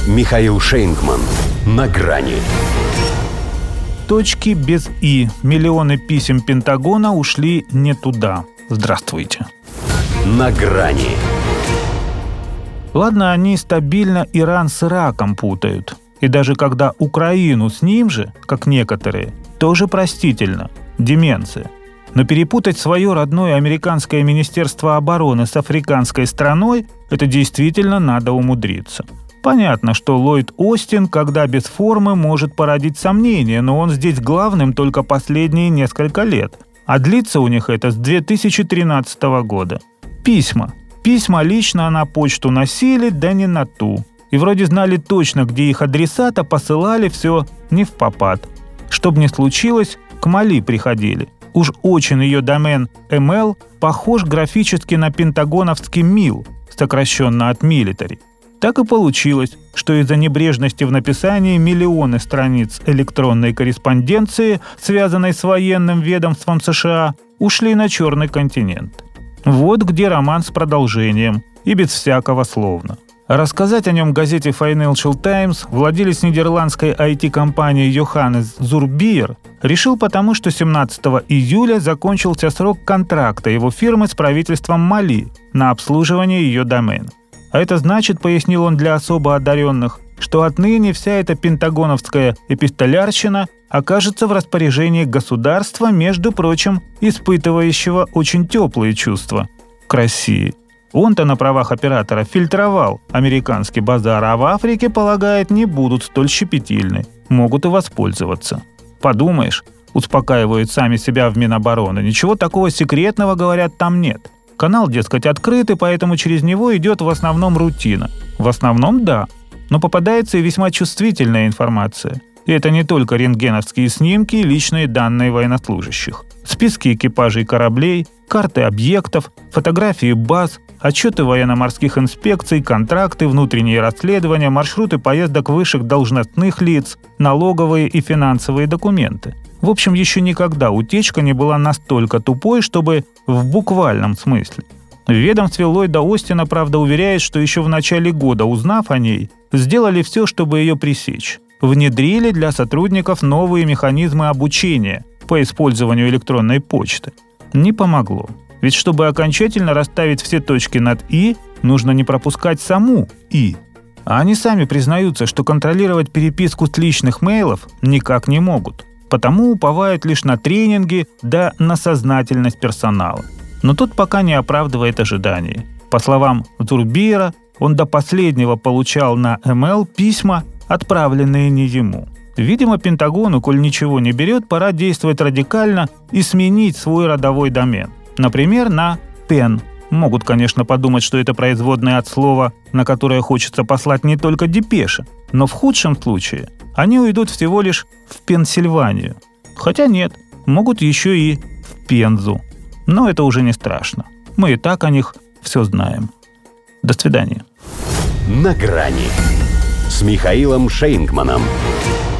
Михаил Шейнгман. На грани. Точки без «и». Миллионы писем Пентагона ушли не туда. Здравствуйте. На грани. Ладно, они стабильно Иран с Ираком путают. И даже когда Украину с ним же, как некоторые, тоже простительно. Деменция. Но перепутать свое родное американское министерство обороны с африканской страной – это действительно надо умудриться. Понятно, что Ллойд Остин, когда без формы, может породить сомнения, но он здесь главным только последние несколько лет. А длится у них это с 2013 года. Письма. Письма лично на почту носили, да не на ту. И вроде знали точно, где их адресата, посылали все не впопад. Чтоб не случилось, к Мали приходили. Уж очень ее домен ML похож графически на пентагоновский МИЛ, сокращенно от Military. Так и получилось, что из-за небрежности в написании миллионы страниц электронной корреспонденции, связанной с военным ведомством США, ушли на Черный континент. Вот где роман с продолжением, и без всякого словно. Рассказать о нем газете Financial Times владелец нидерландской IT-компании Йоханнес Зурбиер решил потому, что 17 июля закончился срок контракта его фирмы с правительством Мали на обслуживание ее домена. А это значит, пояснил он для особо одаренных, что отныне вся эта пентагоновская эпистолярщина окажется в распоряжении государства, между прочим, испытывающего очень теплые чувства к России. Он-то на правах оператора фильтровал американский базар, а в Африке, полагает, не будут столь щепетильны, могут и воспользоваться. Подумаешь, успокаивают сами себя в Минобороны, ничего такого секретного, говорят, там нет. Канал, дескать, открытый, поэтому через него идет в основном рутина. В основном, да, но попадается и весьма чувствительная информация. И это не только рентгеновские снимки и личные данные военнослужащих. Списки экипажей кораблей, карты объектов, фотографии баз, отчеты военно-морских инспекций, контракты, внутренние расследования, маршруты поездок высших должностных лиц, налоговые и финансовые документы. В общем, еще никогда утечка не была настолько тупой, чтобы в буквальном смысле. В ведомстве Ллойда Остина, правда, уверяет, что еще в начале года, узнав о ней, сделали все, чтобы ее пресечь. Внедрили для сотрудников новые механизмы обучения по использованию электронной почты. Не помогло. Ведь чтобы окончательно расставить все точки над «и», нужно не пропускать саму «и». А они сами признаются, что контролировать переписку с личных мейлов никак не могут. Потому уповают лишь на тренинги да на сознательность персонала. Но тут пока не оправдывает ожиданий. По словам Зурбиера, он до последнего получал на ML письма, отправленные не ему. Видимо, Пентагону, коль ничего не берет, пора действовать радикально и сменить свой родовой домен. Например, на «пен». Могут, конечно, подумать, что это производное от слова, на которое хочется послать не только депеши, но в худшем случае они уйдут всего лишь в Пенсильванию. Хотя нет, могут еще и в Пензу. Но это уже не страшно. Мы и так о них все знаем. До свидания. На грани с Михаилом Шейнгманом.